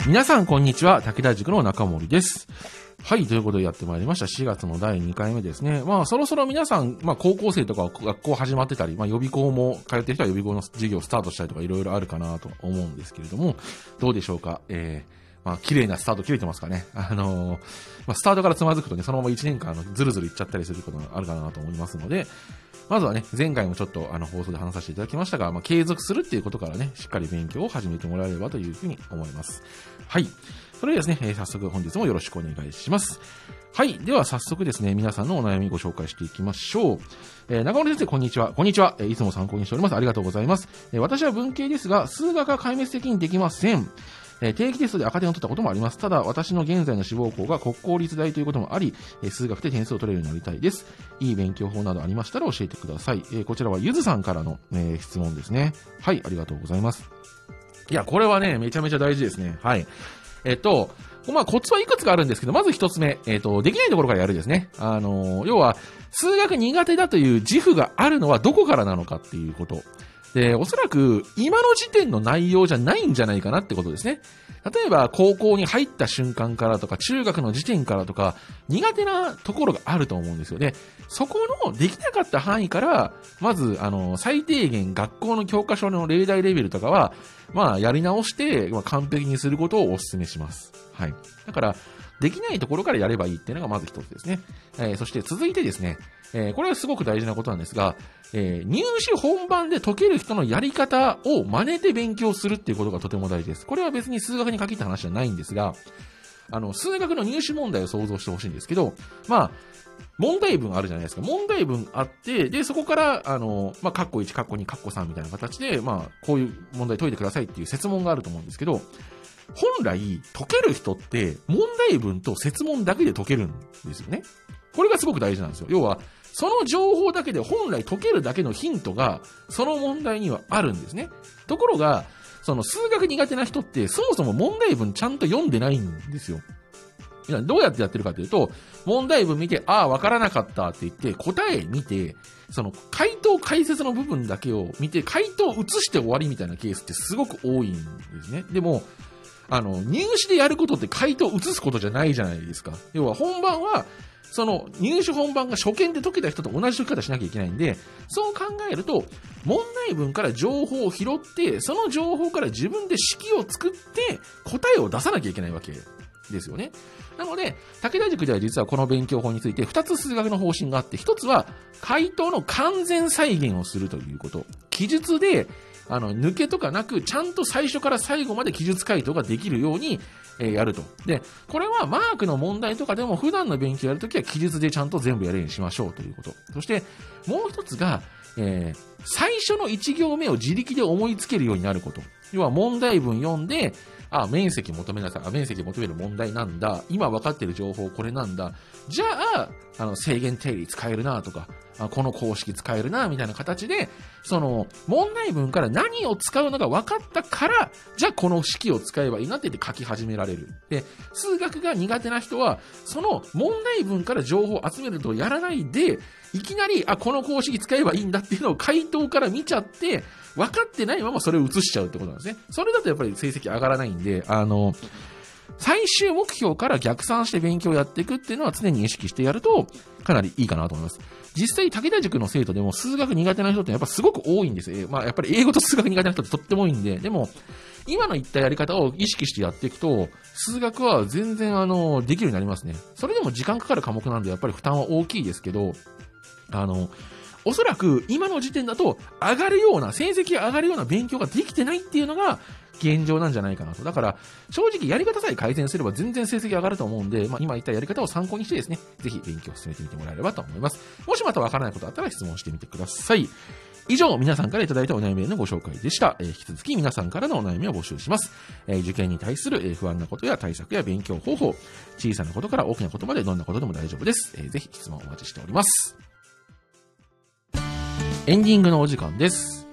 皆さんこんにちは、武田塾の中森です。はい、ということでやってまいりました。4月の第2回目ですね。そろそろ皆さん、高校生とか学校始まってたり、予備校も通ってる人は予備校の授業スタートしたりとかいろいろあるかなと思うんですけれども、どうでしょうか。綺麗なスタート切れてますかね。スタートからつまずくとね、そのまま1年間ずるずるいっちゃったりすることがあるかなと思いますので、まずはね、前回もちょっと放送で話させていただきましたが、継続するっていうことからね、しっかり勉強を始めてもらえればというふうに思います。はい。それでですね、早速本日もよろしくお願いします。はい。では早速ですね、皆さんのお悩みご紹介していきましょう。中森先生、こんにちは。こんにちは。いつも参考にしております。ありがとうございます。私は文系ですが、数学は壊滅的にできません。定期テストで赤点を取ったこともあります。ただ、私の現在の志望校が国公立大ということもあり、数学で点数を取れるようになりたいです。いい勉強法などありましたら教えてください。こちらはゆずさんからの、質問ですね。はい、ありがとうございます。いや、これはね、めちゃめちゃ大事ですね。はい。コツはいくつかあるんですけど、まず一つ目、できないところからやるですね。要は、数学苦手だという自負があるのはどこからなのかっていうこと。で、おそらく今の時点の内容じゃないんじゃないかなってことですね。例えば高校に入った瞬間からとか中学の時点からとか苦手なところがあると思うんですよね。そこのできなかった範囲からまず最低限学校の教科書の例題レベルとかはやり直して完璧にすることをお勧めします。はい。だからできないところからやればいいっていうのがまず一つですね。そして続いてですね、これはすごく大事なことなんですが、入試本番で解ける人のやり方を真似て勉強するっていうことがとても大事です。これは別に数学に限った話じゃないんですが、数学の入試問題を想像してほしいんですけど、問題文あるじゃないですか。問題文あって、で、そこから、カッコ1、カッコ2、カッコ3みたいな形で、こういう問題解いてくださいっていう設問があると思うんですけど、本来、解ける人って、問題文と設問だけで解けるんですよね。これがすごく大事なんですよ。要は、その情報だけで本来解けるだけのヒントが、その問題にはあるんですね。ところが、その数学苦手な人って、そもそも問題文ちゃんと読んでないんですよ。どうやってやってるかというと、問題文見て、わからなかったって言って、答え見て、その回答解説の部分だけを見て、回答を移して終わりみたいなケースってすごく多いんですね。でも、入試でやることって回答を移すことじゃないじゃないですか。要は本番は、その入試本番が初見で解けた人と同じ解き方しなきゃいけないんで、そう考えると、問題文から情報を拾って、その情報から自分で式を作って答えを出さなきゃいけないわけですよね。なので、武田塾では実はこの勉強法について2つ数学の方針があって、1つは回答の完全再現をするということ。記述で、抜けとかなく、ちゃんと最初から最後まで記述回答ができるように、やると。で、これはマークの問題とかでも普段の勉強やるときは記述でちゃんと全部やるようにしましょうということ。そして、もう一つが、最初の1行目を自力で思いつけるようになること。要は問題文読んで、面積求めなさい。面積求める問題なんだ。今分かってる情報これなんだ。じゃあ、正弦定理使えるなとか、この公式使えるなみたいな形で、その問題文から何を使うのが分かったから、じゃあこの式を使えばいいなって言って書き始められる。で、数学が苦手な人は、その問題文から情報を集めるとやらないで、いきなり、この公式使えばいいんだっていうのを回答から見ちゃって、分かってないままそれを移しちゃうってことなんですね。それだとやっぱり成績上がらないんで、最終目標から逆算して勉強をやっていくっていうのは常に意識してやるとかなりいいかなと思います。実際武田塾の生徒でも数学苦手な人ってやっぱすごく多いんですよ。やっぱり英語と数学苦手な人ってとっても多いんで、でも今の言ったやり方を意識してやっていくと数学は全然できるようになりますね。それでも時間かかる科目なんでやっぱり負担は大きいですけど、おそらく今の時点だと上がるような、成績が上がるような勉強ができてないっていうのが現状なんじゃないかなと。だから正直やり方さえ改善すれば全然成績上がると思うんで、今言ったやり方を参考にしてですね、ぜひ勉強を進めてみてもらえればと思います。もしまたわからないことあったら質問してみてください。以上、皆さんからいただいたお悩みへのご紹介でした。引き続き皆さんからのお悩みを募集します。受験に対する不安なことや対策や勉強方法、小さなことから大きなことまでどんなことでも大丈夫です。ぜひ質問お待ちしております。エンディングのお時間です。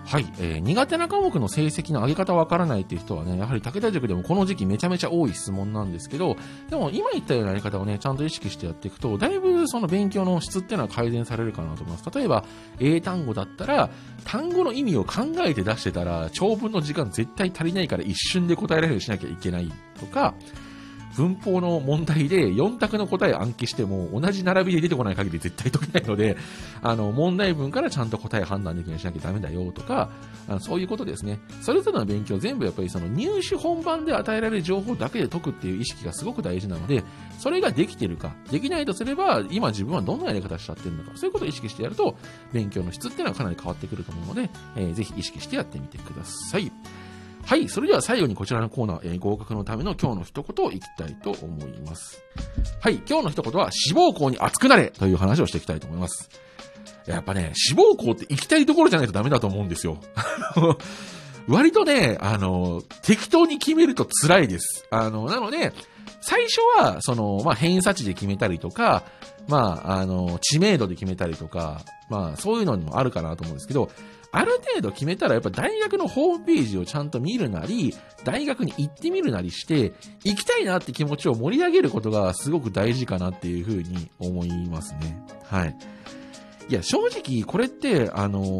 はい、苦手な科目の成績の上げ方わからないっていう人はね、やはり武田塾でもこの時期めちゃめちゃ多い質問なんですけど、でも今言ったようなやり方をね、ちゃんと意識してやっていくと、だいぶその勉強の質っていうのは改善されるかなと思います。例えば、英単語だったら、単語の意味を考えて出してたら、長文の時間絶対足りないから一瞬で答えられるようにしなきゃいけないとか、文法の問題で4択の答え暗記しても同じ並びで出てこない限り絶対解けないので、問題文からちゃんと答え判断できるようにしなきゃダメだよとか、そういうことですね。それぞれの勉強全部やっぱりその入試本番で与えられる情報だけで解くっていう意識がすごく大事なので、それができてるか、できないとすれば、今自分はどんなやり方しちゃってるのか、そういうことを意識してやると、勉強の質っていうのはかなり変わってくると思うので、ぜひ意識してやってみてください。はい。それでは最後にこちらのコーナー、合格のための今日の一言をいきたいと思います。はい。今日の一言は、志望校に熱くなれという話をしていきたいと思います。やっぱね、志望校って行きたいところじゃないとダメだと思うんですよ。割とね、適当に決めると辛いです。なので、最初は、偏差値で決めたりとか、知名度で決めたりとか、そういうのにもあるかなと思うんですけど、ある程度決めたらやっぱ大学のホームページをちゃんと見るなり、大学に行ってみるなりして、行きたいなって気持ちを盛り上げることがすごく大事かなっていうふうに思いますね。はい。いや、正直これって、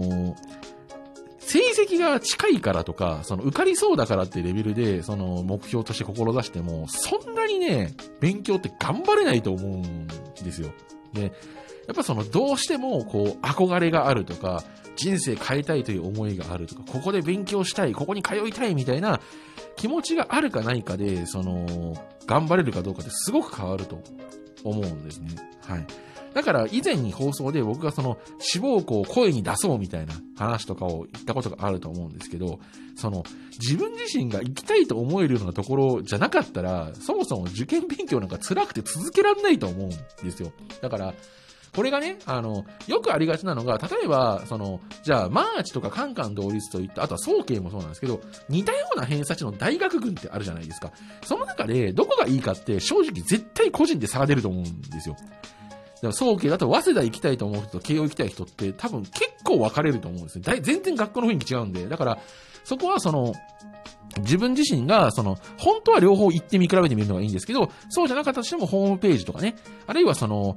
成績が近いからとか、受かりそうだからっていうレベルで、目標として志しても、そんなにね、勉強って頑張れないと思うんですよ。で、やっぱどうしても、憧れがあるとか、人生変えたいという思いがあるとか、ここで勉強したい、ここに通いたいみたいな気持ちがあるかないかで、頑張れるかどうかってすごく変わると思うんですね。はい。だから以前に放送で僕が志望校を声に出そうみたいな話とかを言ったことがあると思うんですけど、自分自身が行きたいと思えるようなところじゃなかったら、そもそも受験勉強なんか辛くて続けられないと思うんですよ。だから、これがね、よくありがちなのが、例えば、じゃあ、マーチとかカンカン同率といった、あとは総計もそうなんですけど、似たような偏差値の大学群ってあるじゃないですか。その中で、どこがいいかって、正直絶対個人で差が出ると思うんですよ。だから総計だと、早稲田行きたいと思う人と慶応行きたい人って、多分結構分かれると思うんですね。全然学校の雰囲気違うんで。だから、そこは自分自身が、本当は両方行って見比べてみるのがいいんですけど、そうじゃなかったとしてもホームページとかね、あるいは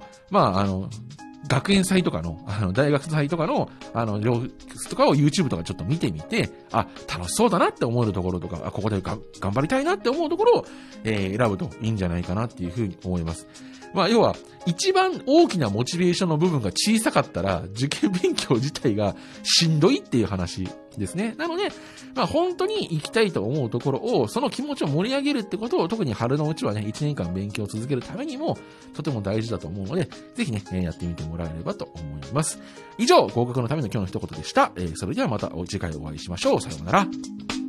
学園祭とかの、大学祭とかの、様子とかを YouTube とかちょっと見てみて、楽しそうだなって思えるところとか、ここで頑張りたいなって思うところを、選ぶといいんじゃないかなっていうふうに思います。要は、一番大きなモチベーションの部分が小さかったら、受験勉強自体がしんどいっていう話ですね。なので、本当に行きたいと思うところを、その気持ちを盛り上げるってことを、特に春のうちはね、1年間勉強を続けるためにも、とても大事だと思うので、ぜひね、やってみてもらえればと思います。以上、合格のための今日の一言でした。それではまた次回お会いしましょう。さようなら。